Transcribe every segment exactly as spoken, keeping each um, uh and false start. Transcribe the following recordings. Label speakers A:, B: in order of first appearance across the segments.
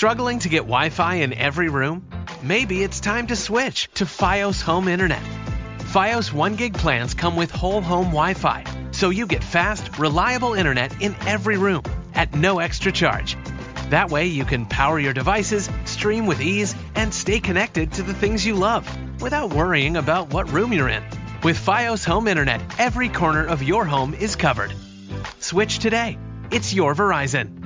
A: Struggling to get Wi-Fi in every room? Maybe it's time to switch to Fios Home Internet. Fios one gig plans come with whole home Wi-Fi, so you get fast, reliable internet in every room at no extra charge. That way you can power your devices, stream with ease, and stay connected to the things you love without worrying about what room you're in. With Fios Home Internet, every corner of your home is covered. Switch today. It's your Verizon.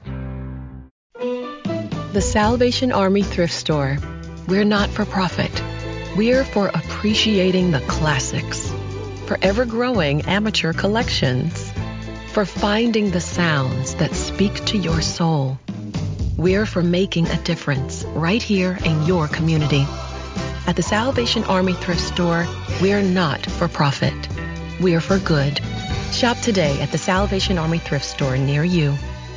B: The Salvation Army Thrift Store. We're not for profit. We're for appreciating the classics, for ever-growing amateur collections, for finding the sounds that speak to your soul. We're for making a difference right here in your community. At the Salvation Army Thrift Store, we're not for profit. We're for good. Shop today at the Salvation Army Thrift Store near you.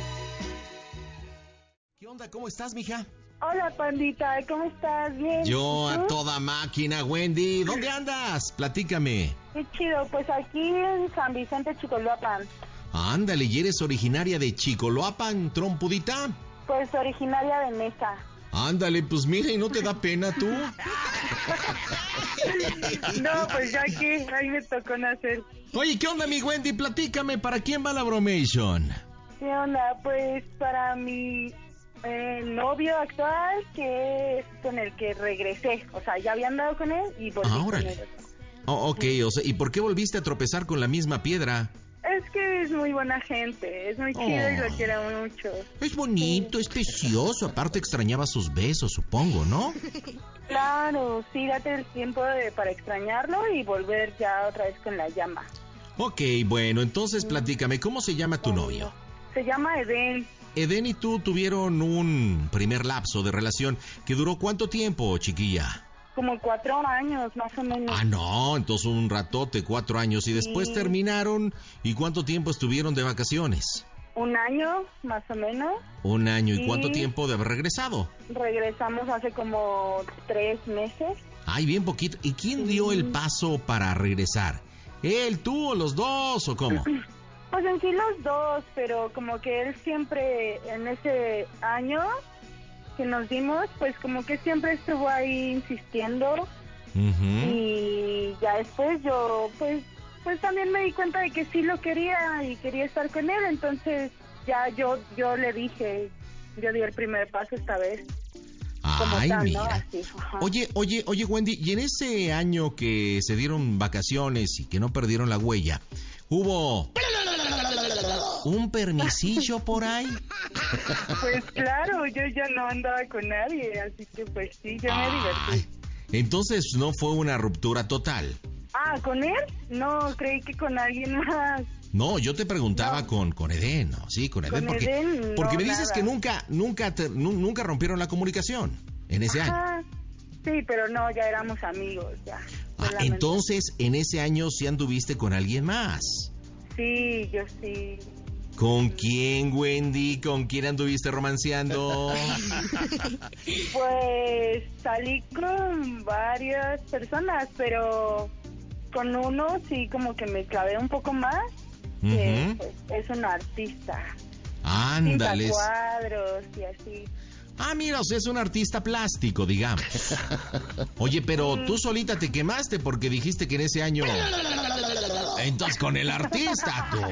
C: ¿Qué onda? ¿Cómo estás, mija?
D: Hola, pandita, ¿cómo estás? Bien.
C: Yo
D: ¿Y tú?
C: a toda máquina, Wendy. ¿Dónde andas? Platícame.
D: Qué chido, pues aquí en San Vicente, Chicoloapan.
C: Ándale, ¿y eres originaria de Chicoloapan, trompudita?
D: Pues originaria de Mesa.
C: Ándale, pues mira, ¿y no te da pena tú?
D: No, pues ya que ahí me tocó nacer.
C: Oye, ¿qué onda, mi Wendy? Platícame, ¿para quién va la bromation?
D: ¿Qué onda? Pues para mi eh, novio actual, que es con el que regresé. O sea, ya había andado con él y volví
C: Ah,
D: con
C: órale.
D: él.
C: Oh, ok, o sea, ¿y por qué volviste a tropezar con la misma piedra?
D: Es que es muy buena gente, es muy chido y lo
C: Oh.
D: quiero mucho.
C: Es bonito, es precioso. Aparte extrañaba sus besos, supongo, ¿no?
D: Claro, sí, date el tiempo de, para extrañarlo y volver ya otra vez con la llama.
C: Ok, bueno, entonces platícame, ¿cómo se llama tu novio?
D: Se llama Eden.
C: Eden y tú tuvieron un primer lapso de relación que duró ¿cuánto tiempo, chiquilla?
D: Como cuatro años, más o menos.
C: Ah, no, entonces un ratote, cuatro años. Y después
D: Sí.
C: terminaron. ¿Y cuánto tiempo estuvieron de vacaciones?
D: Un año, más o menos.
C: Un año. ¿Y
D: Sí.
C: cuánto tiempo de haber regresado?
D: Regresamos hace como tres meses.
C: Ay, bien poquito. ¿Y quién dio
D: Sí.
C: el paso para regresar? ¿Él, tú o los dos o cómo?
D: Pues en sí los dos, pero como que él siempre, en ese año que nos dimos, pues como que siempre estuvo ahí insistiendo.
C: Ujú.
D: Y ya después yo, pues, pues también me di cuenta de que sí lo quería y quería estar con él, entonces ya yo, yo le dije, yo di el primer paso esta vez. Como
C: Ay,
D: tal, ¿no?
C: mira.
D: Así, ajá.
C: Oye, oye, oye, Wendy, y en ese año que se dieron vacaciones y que no perdieron la huella, ¿hubo un permisillo por ahí?
D: Pues claro, yo ya no andaba con nadie, así que pues sí, yo me
C: Ay,
D: divertí.
C: entonces no fue una ruptura total.
D: Ah, ¿con él? No, creí que con alguien más.
C: No, yo te preguntaba
D: No.
C: con, con Eden, ¿no? Sí, con Eden,
D: Con
C: porque,
D: Eden,
C: porque
D: no,
C: me dices
D: nada.
C: que nunca, nunca, te- nu- nunca rompieron la comunicación en ese año.
D: Ajá. Sí, pero no, ya éramos amigos, ya.
C: Ah,
D: solamente.
C: entonces en ese año sí anduviste con alguien más.
D: Sí, yo sí.
C: ¿Con quién, Wendy? ¿Con quién anduviste romanceando?
D: Pues salí con varias personas, pero con uno sí como que me clavé un poco más, que
C: Ujú.
D: pues, es un artista.
C: Ándales.
D: Pinta cuadros y así.
C: Ah, mira, o sea, es un artista plástico, digamos. Oye, pero tú solita te quemaste porque dijiste que en ese año... Entonces con el artista, tú.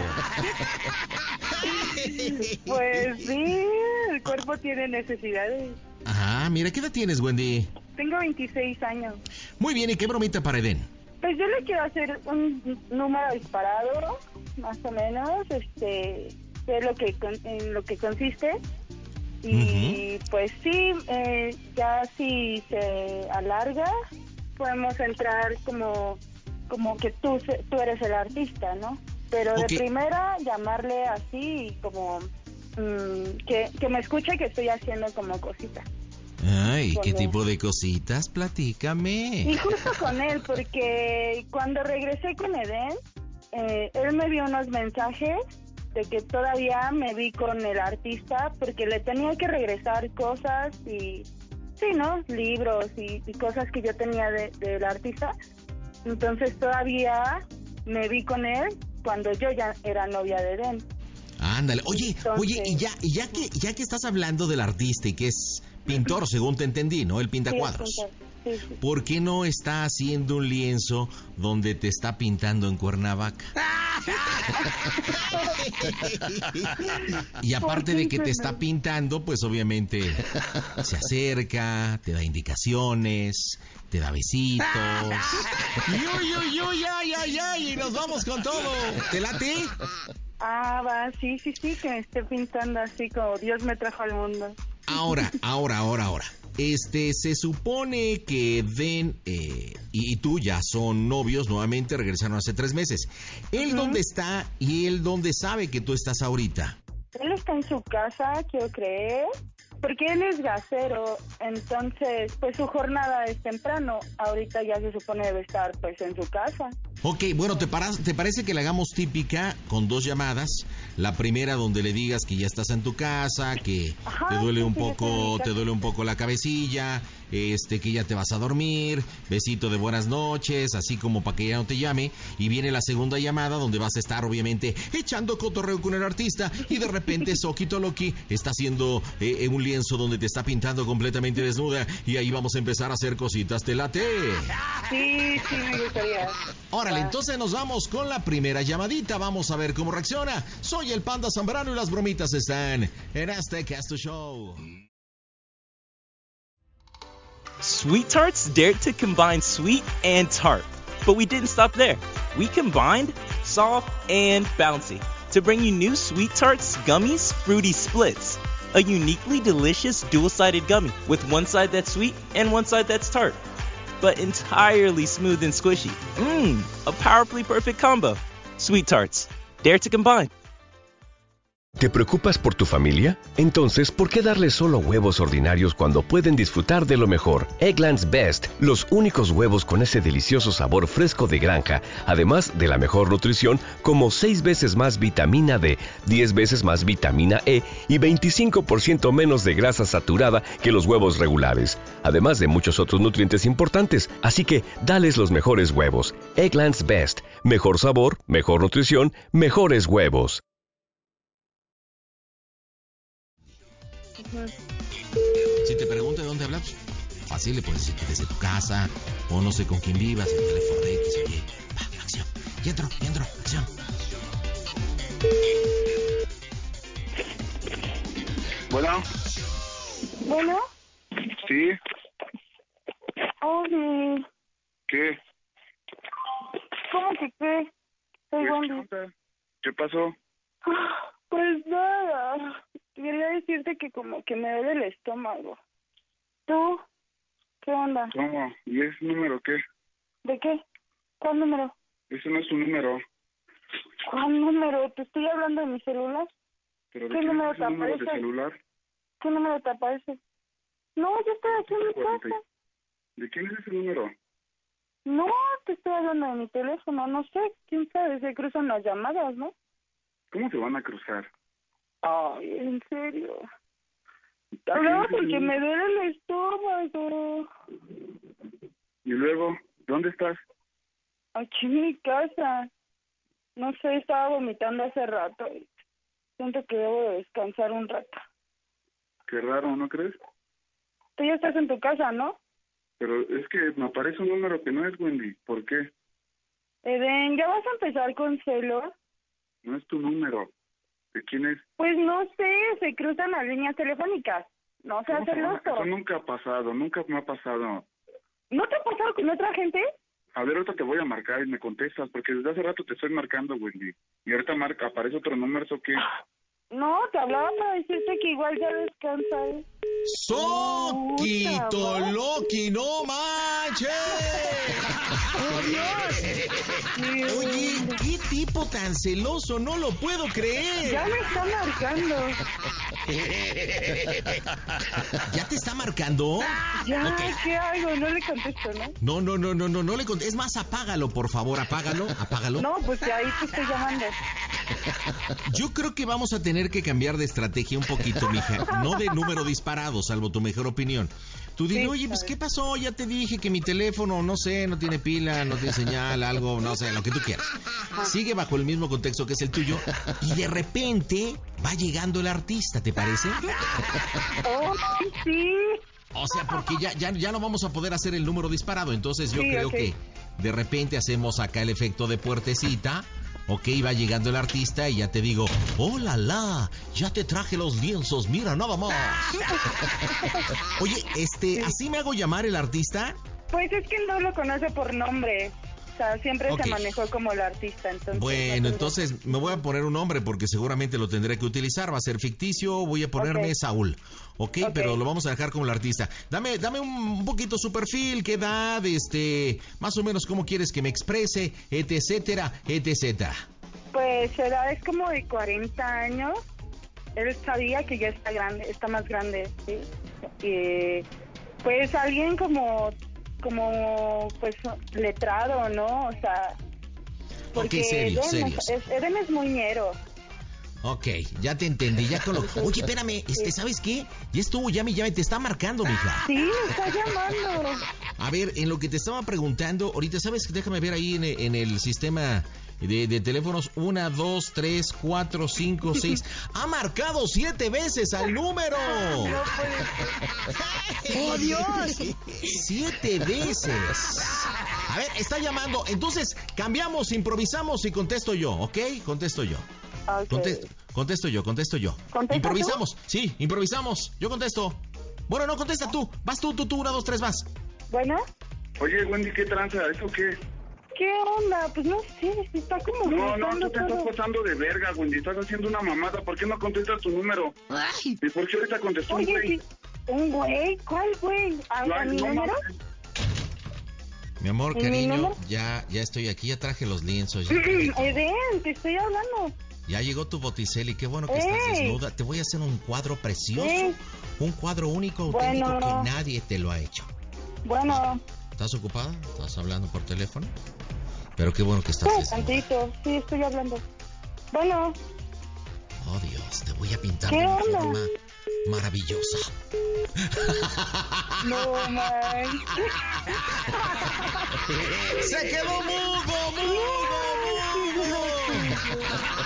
D: Pues sí, el cuerpo tiene necesidades.
C: Ajá, mira, ¿qué edad tienes, Wendy?
D: Tengo veintiséis años.
C: Muy bien, ¿y qué bromita para Eden?
D: Pues yo le quiero hacer un número disparado, más o menos, este, sé lo que con- en lo que consiste. Y pues sí, eh, ya si se alarga, podemos entrar como, como que tú, se- tú eres el artista, ¿no? Pero
C: Ok.
D: de primera, llamarle así, como mm, que, que me escuche que estoy haciendo como cosita.
C: Ay,
D: Con
C: ¿qué
D: él.
C: tipo de cositas?
D: Y
C: Platícame.
D: justo con él, porque cuando regresé con Eden, eh, él me dio unos mensajes de que todavía me vi con el artista porque le tenía que regresar cosas y, sí, ¿no? Libros y, y cosas que yo tenía de- del artista. Entonces todavía me vi con él cuando yo ya era novia de Eden.
C: Ándale. Oye,
D: Entonces,
C: oye, y ya, y ya que, ya que estás hablando del artista y que es pintor, según te entendí, ¿no? Él pinta
D: sí, es
C: cuadros.
D: pintor. Sí, sí.
C: ¿Por qué no está haciendo un lienzo donde te está pintando en Cuernavaca? Y aparte de que te está pintando, pues obviamente se acerca, te da indicaciones, te da besitos. ¡Uy, uy, uy, ay, ay, ay! Y nos vamos con todo. ¿Te late?
D: Ah, va, sí, sí, sí, que me esté pintando así como Dios me trajo al mundo.
C: Ahora, ahora, ahora, ahora. Este, se supone que Den eh, y tú ya son novios nuevamente, regresaron hace tres meses. ¿Él
D: Ujú.
C: dónde está y él dónde sabe que tú estás ahorita?
D: Él está en su casa, quiero creer, porque él es gasero, entonces pues su jornada es temprano. Ahorita ya se supone debe estar pues en su casa.
C: Ok, bueno, ¿te, para- ¿te parece que la hagamos típica con dos llamadas? La primera donde le digas que ya estás en tu casa, que
D: Ajá,
C: te duele
D: sí,
C: un
D: sí, yo estoy en mi
C: poco, te
D: casa.
C: duele un poco la cabecilla, este, que ya te vas a dormir, besito de buenas noches, así como para que ya no te llame. Y viene la segunda llamada donde vas a estar obviamente echando cotorreo con el artista y de repente Soquito Loki está haciendo eh, un lienzo donde te está pintando completamente desnuda y ahí vamos a empezar a hacer cositas. ¿Te late?
D: Sí, sí, me gustaría.
C: Órale,
D: Va.
C: entonces nos vamos con la primera llamadita. Vamos a ver cómo reacciona. Soy el Panda Zambrano y las bromitas están en Azteca Casto Show.
E: Sweet Tarts dared to combine sweet and tart. But we didn't stop there. We combined soft and bouncy to bring you new Sweet Tarts Gummies Fruity Splits. A uniquely delicious dual-sided gummy with one side that's sweet and one side that's tart, but entirely smooth and squishy. Mmm, a powerfully perfect combo. Sweet Tarts. Dare to combine.
F: ¿Te preocupas por tu familia? Entonces, ¿por qué darles solo huevos ordinarios cuando pueden disfrutar de lo mejor? Eggland's Best, los únicos huevos con ese delicioso sabor fresco de granja, además de la mejor nutrición, como seis veces más vitamina D, diez veces más vitamina E y veinticinco por ciento menos de grasa saturada que los huevos regulares, además de muchos otros nutrientes importantes. Así que, dales los mejores huevos. Eggland's Best, mejor sabor, mejor nutrición, mejores huevos.
C: Si te pregunta de dónde hablas, fácil le puedes decir que desde tu casa o no sé con quién vivas, el teléfono de X, oye, va, acción. Y entro, y entro, acción.
G: Bueno,
D: Bueno,
G: sí,
D: Oli,
G: ¿qué?
D: ¿cómo que qué? Soy
G: Pues, ¿qué
D: Wendy.
G: onda? ¿Qué pasó?
D: Ah, Pues nada, quería decirte que como que me duele el estómago. ¿Tú? ¿Qué onda?
G: ¿Cómo? ¿Y ese número qué?
D: ¿De qué? ¿Cuál número?
G: Ese no es su número.
D: ¿Cuál número? ¿Te estoy hablando de mi celular?
G: ¿Pero de
D: ¿Qué
G: quién
D: número
G: es
D: te
G: ese número de
D: aparece?
G: celular?
D: ¿Qué número te aparece? No, yo estoy aquí en mi
G: cuarenta.
D: casa.
G: ¿De quién es ese número?
D: No, te estoy hablando de mi teléfono, no sé, quién sabe, se cruzan las llamadas, ¿no?
G: ¿Cómo se van a cruzar?
D: Ay, en serio. Te hablaba porque me duele el estómago.
G: Y luego, ¿dónde estás?
D: Aquí en mi casa. No sé, estaba vomitando hace rato y siento que debo de descansar un rato.
G: Qué raro, ¿no crees?
D: Tú ya estás en tu casa, ¿no?
G: Pero es que me aparece un número que no es, Wendy. ¿Por qué?
D: Eden, ¿ya vas a empezar con celos?
G: No es tu número. ¿De quién es?
D: Pues no sé, se cruzan las líneas telefónicas. No seas
G: ¿Cómo se van a-
D: celoso.
G: Eso nunca ha pasado, nunca me ha pasado.
D: ¿No te ha pasado con otra gente?
G: A ver, ahorita te voy a marcar y me contestas, porque desde hace rato te estoy marcando, Wendy. Y ahorita marca, aparece otro número, ¿eso qué?
D: No, te hablaba para decirte que igual ya descansa. ¿eh?
C: Soquito
D: Puta,
C: Loki, no manches. Oye, qué tipo tan celoso, no lo puedo creer.
D: Ya me está marcando.
C: ¿Ya te está marcando?
D: Ya,
C: Ok.
D: ¿qué hago? No le contesto, ¿no?
C: No, no, no, no, no, no le conté. Es más, apágalo, por favor, apágalo, apágalo.
D: No, pues que ahí te estoy llamando.
C: Yo creo que vamos a tener que cambiar de estrategia un poquito, mija. No de número disparado, salvo tu mejor opinión. Tú dile,
D: Sí,
C: oye, pues,
D: sabes.
C: ¿qué pasó? Ya te dije que mi teléfono, no sé, no tiene pila, no tiene señal, algo, no sé, lo que tú quieras. Sigue bajo el mismo contexto que es el tuyo y de repente va llegando el artista, ¿te parece?
D: Oh, sí.
C: O sea, porque ya, ya, ya no vamos a poder hacer el número disparado, entonces yo
D: Sí,
C: creo
D: ok.
C: que de repente hacemos acá el efecto de puertecita. Ok, va llegando el artista y ya te digo, ¡hola, la! Ya te traje los lienzos, mira nada más. Oye, este, ¿así me hago llamar el artista?
D: Pues es que él no lo conoce por nombre. O sea, siempre
C: Ok.
D: se manejó como el artista, entonces...
C: Bueno,
D: no
C: entonces me voy a poner un nombre porque seguramente lo tendré que utilizar. Va a ser ficticio, voy a ponerme
D: Ok.
C: Saúl. ¿Ok?
D: Ok.
C: Pero lo vamos a dejar como el artista. Dame, dame un, un poquito su perfil, qué edad, este, más o menos cómo quieres que me exprese, etcétera, etcétera.
D: Pues su edad es como de cuarenta años. Él sabía que ya está grande, está más grande, ¿sí? Y, pues alguien como, como, pues, letrado, ¿no? O sea, porque
C: Ok, serio,
D: Eden,
C: serio.
D: es, es- Eden es muy ñero.
C: Ok, ya te entendí, ya con lo... Oye, espérame, este,
D: Sí.
C: ¿sabes qué? Ya estuvo, llame, llame, te está marcando, mija.
D: Sí, me está llamando.
C: A ver, en lo que te estaba preguntando, ahorita, ¿sabes qué? Déjame ver ahí en, en el sistema de, de teléfonos. Una, dos, tres, cuatro, cinco, seis. ¡Ha marcado siete veces al número!
D: No puede ser. ¡Oh, Dios!
C: ¡Siete veces! A ver, está llamando. Entonces, cambiamos, improvisamos y contesto yo, ¿ok? Contesto yo.
D: Ok.
C: Contesto, contesto yo, contesto yo.
D: ¿Contestas
C: Improvisamos, sí, improvisamos. Yo contesto. Bueno, no, contesta tú. Vas tú, tú, tú, una, dos, tres, vas.
D: Bueno,
G: Oye, Wendy, ¿qué tranza? ¿Eso qué?
D: ¿qué onda? Pues no sé, está como
G: No, no,
D: cruzando
G: tú te estás
D: todo.
G: pasando de verga, Wendy. Estás haciendo una mamada. ¿Por qué no contestas tu número? ¿Y por qué ahorita contestó un
D: Oye,
G: güey?
D: sí, un güey, ¿cuál güey? ¿A,
G: No,
D: a mi
G: no
D: número?
G: mames.
C: Mi amor,
D: ¿Y mi
C: cariño,
D: número?
C: ya, ya estoy aquí, ya traje los lienzos. Ya, traje todo.
D: Eden, te estoy hablando.
C: Ya llegó tu Botticelli, qué bueno que estás
D: ¡Ey!
C: desnuda. Te voy a hacer un cuadro precioso,
D: ¿Qué?
C: un cuadro único, auténtico,
D: Bueno.
C: que nadie te lo ha hecho.
D: Bueno,
C: ¿Estás ocupada? ¿Estás hablando por teléfono? Pero qué bueno que estás
D: sí,
C: desnuda.
D: tantito, sí, estoy hablando. Bueno,
C: Oh Dios, te voy a pintar
D: ¿qué
C: de una
D: onda?
C: forma maravillosa.
D: no manches.
C: ¡Se quedó mudo, mudo, mudo!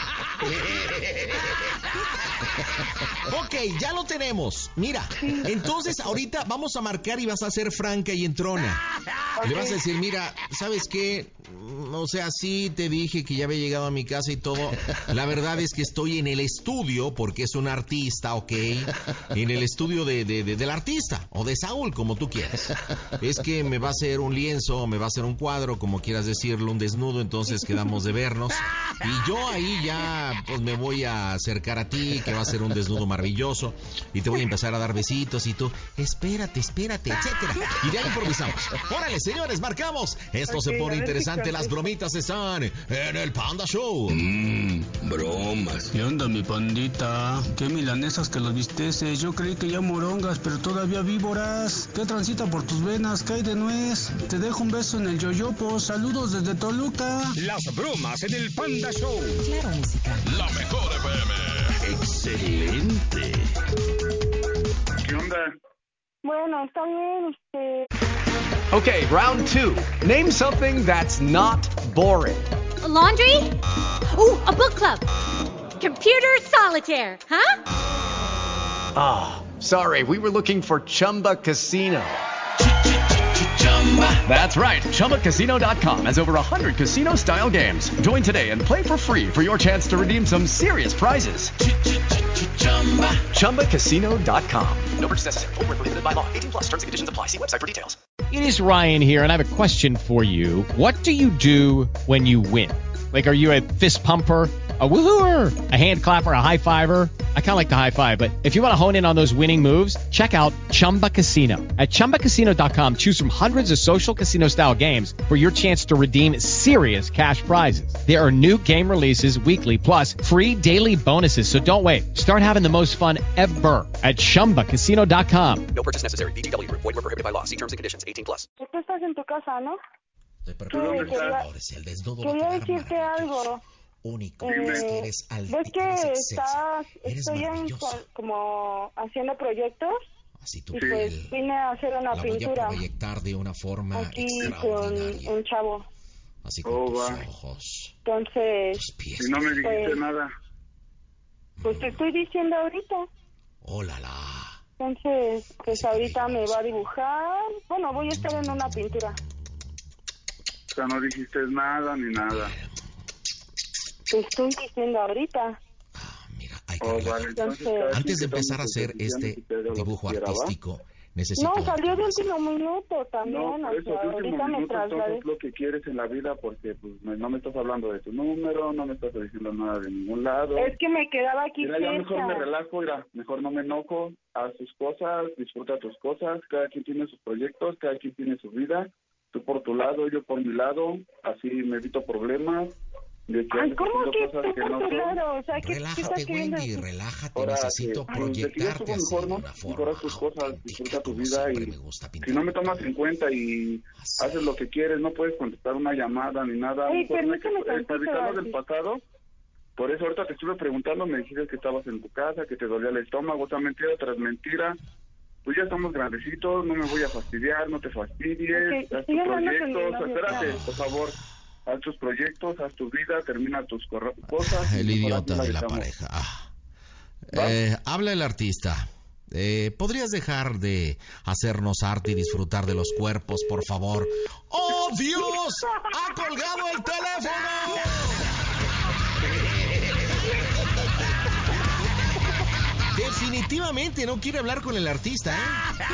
C: Ok, ya lo tenemos. Mira, entonces ahorita vamos a marcar y vas a ser franca y entrona. Le vas a decir, mira, ¿sabes qué? Mm, O sea, sí te dije que ya había llegado a mi casa y todo. La verdad es que estoy en el estudio, porque es un artista, ¿ok? En el estudio de, de- de- del artista, o de Saúl, como tú quieras. Es que me va a hacer un lienzo, me va a hacer un cuadro, como quieras decirlo, un desnudo, entonces quedamos de vernos. Y yo ahí ya, pues me voy a acercar a ti, que va a ser un desnudo maravilloso, y te voy a empezar a dar besitos, y tú, espérate, espérate, etcétera. Y de ahí improvisamos. Órale, señores, marcamos. Esto se
D: Ok,
C: pone
D: a ver si
C: interesante, las
D: contesto.
C: bromitas están en el Panda Show.
H: Mmm, bromas. ¿Qué onda, mi pandita? ¿Qué milanesas que los visteces? Yo creí que ya morongas, pero todavía víboras. ¿Qué transita por tus venas? ¿Qué hay de nuez? Te dejo un beso en el yoyopo. Saludos desde Toluca.
I: Las bromas en el Panda Show.
B: Claro, música.
I: La mejor F M.
H: Excelente.
G: ¿Qué onda?
D: Bueno, está bien, este...
J: Okay, round two. Name something that's not boring.
K: A laundry? Ooh, a book club. Computer solitaire, huh?
J: Ah, sorry, we were looking for Chumba Casino. That's right, Chumba Casino dot com has over one hundred casino-style games. Join today and play for free for your chance to redeem some serious prizes. Chumba Casino dot com. No purchase necessary. Void where prohibited by law. eighteen plus terms and conditions apply. See website for details.
L: It is Ryan here, and I have a question for you. What do you do when you win? Like, are you a fist pumper, a woohooer, a hand clapper, a high fiver? I kind of like the high five, but if you want to hone in on those winning moves, check out Chumba Casino. At Chumba Casino dot com, choose from hundreds of social casino-style games for your chance to redeem serious cash prizes. There are new game releases weekly, plus free daily bonuses, so don't wait. Start having the most fun ever at Chumba Casino dot com.
F: No purchase necessary. V G W. Void where prohibited by law. See terms and conditions. eighteen plus.
D: Tú estás en tu casa, ¿no?
C: Estoy
D: Sí,
C: preparado.
D: quería,
C: Ahora sí, el desnudo va a
D: quería
C: quedar
D: decirte
C: maravilloso.
D: algo.
C: único.
D: Eh,
C: Es que eres al,
D: ¿Ves que
C: eres excelsa.
D: estás,
C: Eres
D: estoy en,
C: maravillosa.
D: como haciendo proyectos?
C: Así tú
D: Y pues vine a hacer una
C: la
D: pintura.
C: voy a proyectar de una forma
D: aquí
C: extraordinaria.
D: con un chavo.
C: Así con
G: Oh,
C: tus
G: va.
C: ojos.
D: Entonces,
C: tus pies.
G: Y no me dijiste
D: pues,
G: nada.
D: Pues te estoy diciendo ahorita.
C: Hola, la.
D: Entonces, pues ahorita me va a dibujar. Bueno, voy a estar en una pintura.
G: O sea, no dijiste nada ni nada.
D: Te estoy diciendo ahorita.
G: Oh, vale. Entonces,
C: Antes de empezar a hacer este dibujo artístico, necesito...
D: No, salió de último minuto también.
G: No, por
D: o
G: eso,
D: sea,
G: de último
D: ahorita me
G: minuto,
D: trasladé.
G: entonces lo que quieres en la vida, porque pues me- no me estás hablando de tu número, no me estás diciendo nada de ningún lado.
D: Es que me quedaba aquí
G: Mira, ya
D: cerca.
G: mejor me relajo, mira, mejor no me enojo, haz tus cosas, disfruta tus cosas, cada quien tiene sus proyectos, cada quien tiene su vida, tú por tu lado, yo por mi lado, así me evito problemas. De que
D: Ay,
G: andes
D: ¿cómo
G: haciendo
D: que
G: cosas
D: tú
G: que
D: por
G: no
D: tu
G: son.
D: lado? O sea, ¿qué, ¿qué
C: Relájate,
D: estás queriendo
C: Wendy,
D: decir?
C: relájate.
G: Ahora
C: Necesito
G: que, pues, de que ya
C: proyectarte
G: estuvo mejor,
C: así
G: ¿no?
C: de una forma
G: Mejor haz tus cosas, disfruta tu vida y si no me tomas en cuenta y haces lo que quieres, no puedes contestar una llamada ni nada.
D: Ey,
G: Mejor no hay que-
D: permíteme
G: eh,
D: tantito,
G: evitarlo
D: Arti.
G: del pasado. Por eso ahorita te estuve preguntando, me dijiste que estabas en tu casa, que te dolía el estómago, otra mentira tras mentira. Pues ya estamos grandecitos, no me voy a fastidiar, no te fastidies,
D: Ok,
G: haz
D: estoy
G: tus
D: hablando con mi
G: proyectos,
D: novio,
G: espérate,
D: espérame.
G: por favor, haz tus proyectos, haz tu vida, termina tus corro- cosas. y
C: El
G: mejor
C: idiota
G: así la
C: de la
G: dejamos.
C: pareja. Ah. Eh, habla el artista. Eh, ¿Podrías dejar de hacernos arte y disfrutar de los cuerpos, por favor? ¡Oh, Dios! ¡Ha colgado el teléfono! Definitivamente no quiere hablar con el artista, ¿eh?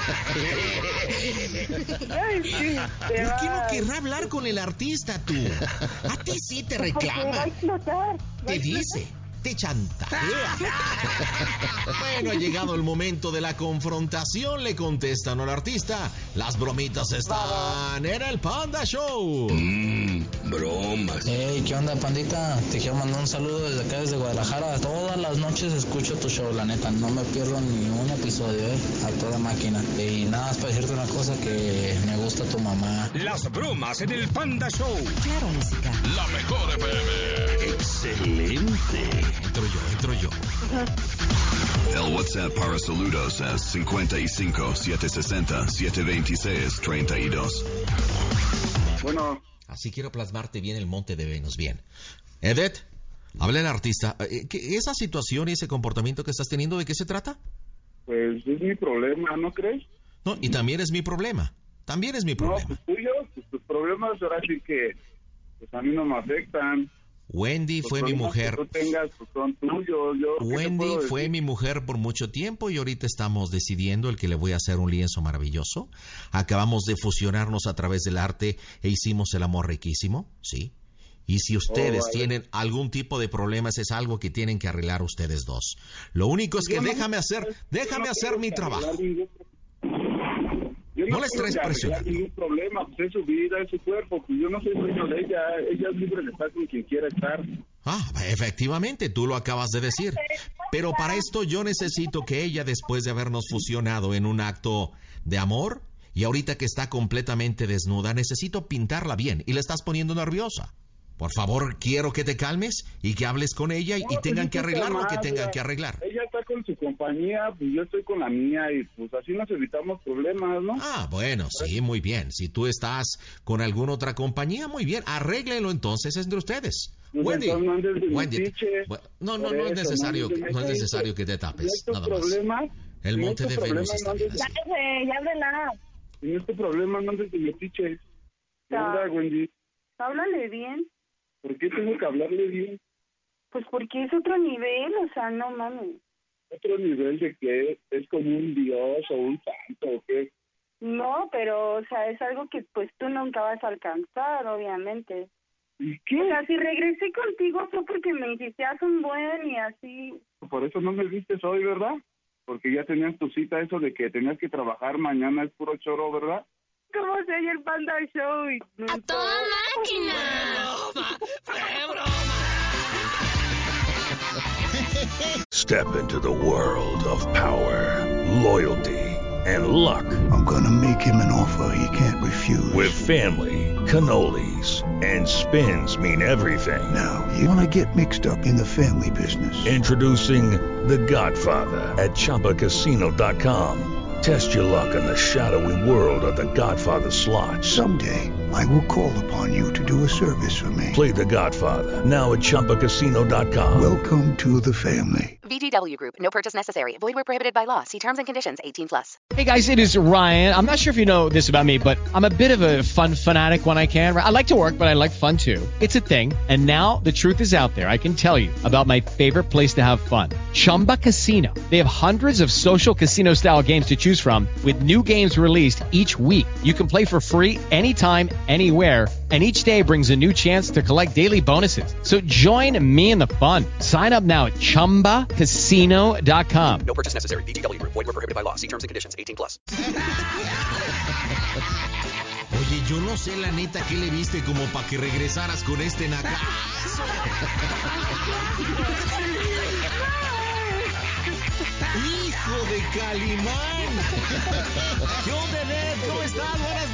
D: Ay, sí,
C: ¿Por qué no querrá hablar con el artista, tú? A ti sí te
D: Porque va
C: reclama.
D: a explotar.
C: Te dice, te chantajea. Bueno, ha llegado el momento de la confrontación, le contestan al artista. Las bromitas están en el Panda Show.
H: Mmm, bromas. Hey, ¿qué onda, pandita? Te quiero mandar un saludo desde acá, desde Guadalajara. Todas las noches escucho tu show, la neta. No me pierdo ni un episodio, ¿eh? A toda máquina. Y nada más para decirte una cosa, que me gusta tu mamá.
I: Las bromas en el Panda Show.
M: Claro, música.
I: La mejor F M. Excelente.
C: Entro yo, entro yo.
N: El WhatsApp para saludos es cincuenta y cinco, setecientos sesenta, setecientos veintiséis, treinta y dos.
G: Bueno.
C: Así quiero plasmarte bien el monte de Venus, bien. Edet, habla el artista. Eh, ¿qué- ¿Esa situación y ese comportamiento que estás teniendo, de qué se trata?
G: Pues es mi problema, ¿no crees?
C: No, y también es mi problema. También es mi problema.
G: No, pues tuyo, pues tus problemas ahora sí que pues a mí no me afectan.
C: Wendy
G: Los
C: fue mi
G: problemas
C: mujer.
G: que tú tengas pues son tuyos. Yo, ¿qué te
C: Wendy
G: puedo
C: fue
G: decir?
C: mi mujer por mucho tiempo y ahorita estamos decidiendo el que le voy a hacer un lienzo maravilloso. Acabamos de fusionarnos a través del arte e hicimos el amor riquísimo, ¿sí? Y si ustedes
G: Oh, vale.
C: tienen algún tipo de problemas, es algo que tienen que arreglar ustedes dos. Lo único es que
G: Yo no-
C: déjame hacer, déjame
G: yo no
C: hacer
G: tengo
C: mi
G: que
C: trabajo.
G: arreglar ningún- Yo
C: No les
G: tengo
C: estés
G: que arreglar
C: presionando.
G: ningún problema, pues es su vida, es su cuerpo, pues yo no soy dueño de ella, ella es libre de estar con quien quiera estar.
C: Ah, efectivamente, tú lo acabas de decir. Pero para esto yo necesito que ella, después de habernos fusionado en un acto de amor, y ahorita que está completamente desnuda, necesito pintarla bien y la estás poniendo nerviosa. Por favor, quiero que te calmes y que hables con ella y,
G: No,
C: y
G: pues
C: tengan
G: yo
C: que
G: estoy
C: arreglar lo que
G: calmada.
C: tengan que arreglar.
G: Ella está con su compañía, pues yo estoy con la mía y pues así nos evitamos problemas, ¿no?
C: Ah, bueno, sí, muy bien. Si tú estás con alguna otra compañía, muy bien. Arréglenlo entonces entre ustedes.
G: Pues
C: Wendy,
G: entonces no andes de
C: Wendy,
G: metiche.
C: bu- no, no,
G: Por
C: no es
G: eso,
C: necesario,
G: no
C: que-
G: andes de
C: no es
G: metiche.
C: necesario que te
G: Si no
C: tapes,
G: es tu
C: nada más.
G: problema,
C: El
G: si no
C: monte
G: es tu
C: de Venus
G: problema,
C: está
G: no
C: bien
G: andes-
C: así.
D: Ya, güey, ya háblala.
G: Si no es tu problema, no andes de metiche.
D: Ya.
G: Anda, Wendy,
D: Háblale bien.
G: ¿por qué tengo que hablarle bien?
D: Pues porque es otro nivel, o sea, no mames.
G: ¿Otro nivel de qué? ¿Es como un dios o un santo o qué?
D: No, pero, o sea, es algo que pues tú nunca vas a alcanzar, obviamente.
G: ¿Y qué?
D: O sea, si regresé contigo fue porque me hiciste un buen y así.
G: Por eso no me vistes hoy, ¿verdad? Porque ya tenías tu cita, eso de que tenías que trabajar mañana es puro choro, ¿verdad?
D: ¿Cómo se oye el Panda Show? Y no
K: ¡A toda máquina!
I: Step into the world of power, loyalty, and luck.
M: I'm gonna make him an offer he can't refuse.
I: With family, cannolis, and spins mean everything.
M: Now, you wanna get mixed up in the family business.
I: Introducing The Godfather at Chumba Casino dot com. Test your luck in the shadowy world of The Godfather slot.
M: Someday, I will call upon you to do a service for me.
I: Play The Godfather now at Chumba Casino dot com.
M: Welcome to the family.
O: V G W Group. No purchase necessary. Void where prohibited by law. See terms and conditions. eighteen plus.
L: Hey guys, it is Ryan. I'm not sure if you know this about me, but I'm a bit of a fun fanatic when I can. I like to work, but I like fun too. It's a thing. And now the truth is out there. I can tell you about my favorite place to have fun. Chumba Casino. They have hundreds of social casino style games to choose from with new games released each week. You can play for free anytime, anywhere. And each day brings a new chance to collect daily bonuses. So join me in the fun. Sign up now at Chumba Casino dot com.
P: No purchase necessary. V G W Group. Void where prohibited by law. See terms and conditions. eighteen plus.
C: Oye, yo no sé la neta qué le viste como para que regresaras con este nacazo. ¡Hijo de Calimán! ¿Qué onda, Ned? ¿Cómo estás? Buenas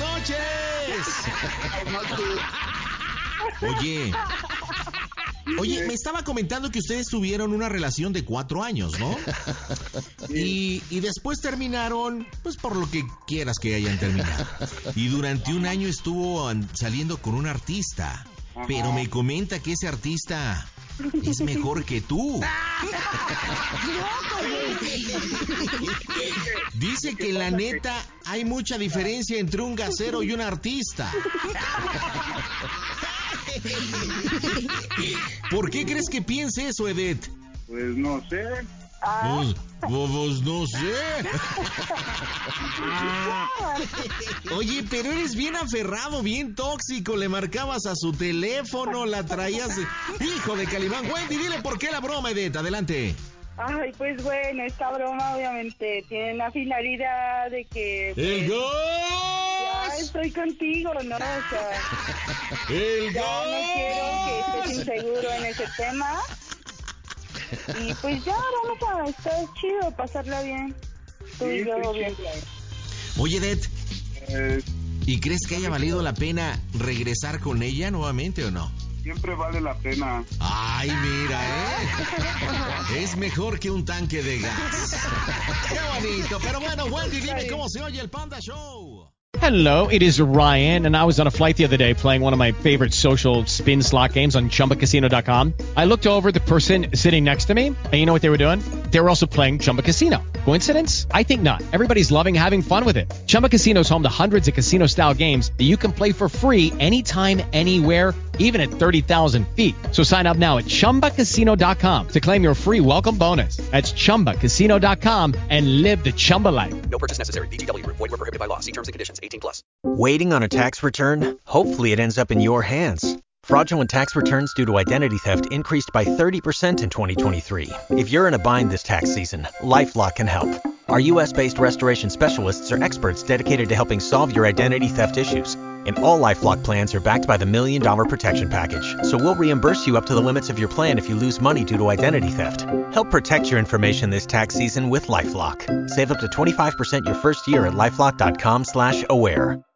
C: noches. Oye, oye, me estaba comentando que ustedes tuvieron una relación de cuatro años, ¿no? Y, y después terminaron, pues por lo que quieras que hayan terminado. Y durante un año estuvo saliendo con un artista, pero me comenta que ese artista es mejor que tú. Dice que la neta hay mucha diferencia entre un gasero y un artista. ¿Por qué crees que piense eso, Edith?
G: Pues no sé.
C: Pues, pues no sé. Oye, pero eres bien aferrado, bien tóxico. Le marcabas a su teléfono, la traías. Hijo de Calimán. Wendy, dile por qué la broma, Edith. Adelante.
D: Ay, pues bueno, esta broma obviamente tiene la finalidad de que... Pues,
C: ¡El gol!
D: Ya estoy contigo, ¿no? O sea...
C: ¡El
D: ya
C: gol!
D: no quiero que estés inseguro en ese tema. Y pues ya, vamos a estar chido, pasarla bien. Tú y yo bien.
C: Oye, Edith, eh, ¿y crees que haya valido la pena regresar con ella nuevamente o no?
G: Siempre vale la pena.
C: Ay, mira, ¿eh? Es mejor que un tanque de gas. Qué bonito. Pero bueno, Wendy, dime cómo se oye el Panda Show.
L: Hello, it is Ryan, and I was on a flight the other day playing one of my favorite social spin slot games on Chumba Casino dot com. I looked over at the person sitting next to me, and you know what they were doing? They were also playing Chumba Casino. Coincidence? I think not. Everybody's loving having fun with it. Chumba Casino is home to hundreds of casino-style games that you can play for free anytime, anywhere, even at thirty thousand feet. So sign up now at Chumba Casino dot com to claim your free welcome bonus. That's Chumba Casino dot com and live the Chumba life.
P: No purchase necessary. V G W Group. Void where prohibited by law. See terms and conditions. eighteen plus.
Q: Waiting on a tax return? Hopefully it ends up in your hands. Fraudulent tax returns due to identity theft increased by thirty percent in twenty twenty-three. If you're in a bind this tax season, LifeLock can help. Our U S-based restoration specialists are experts dedicated to helping solve your identity theft issues. And all LifeLock plans are backed by the Million Dollar Protection Package. So we'll reimburse you up to the limits of your plan if you lose money due to identity theft. Help protect your information this tax season with LifeLock. Save up to twenty-five percent your first year at LifeLock dot com slash aware.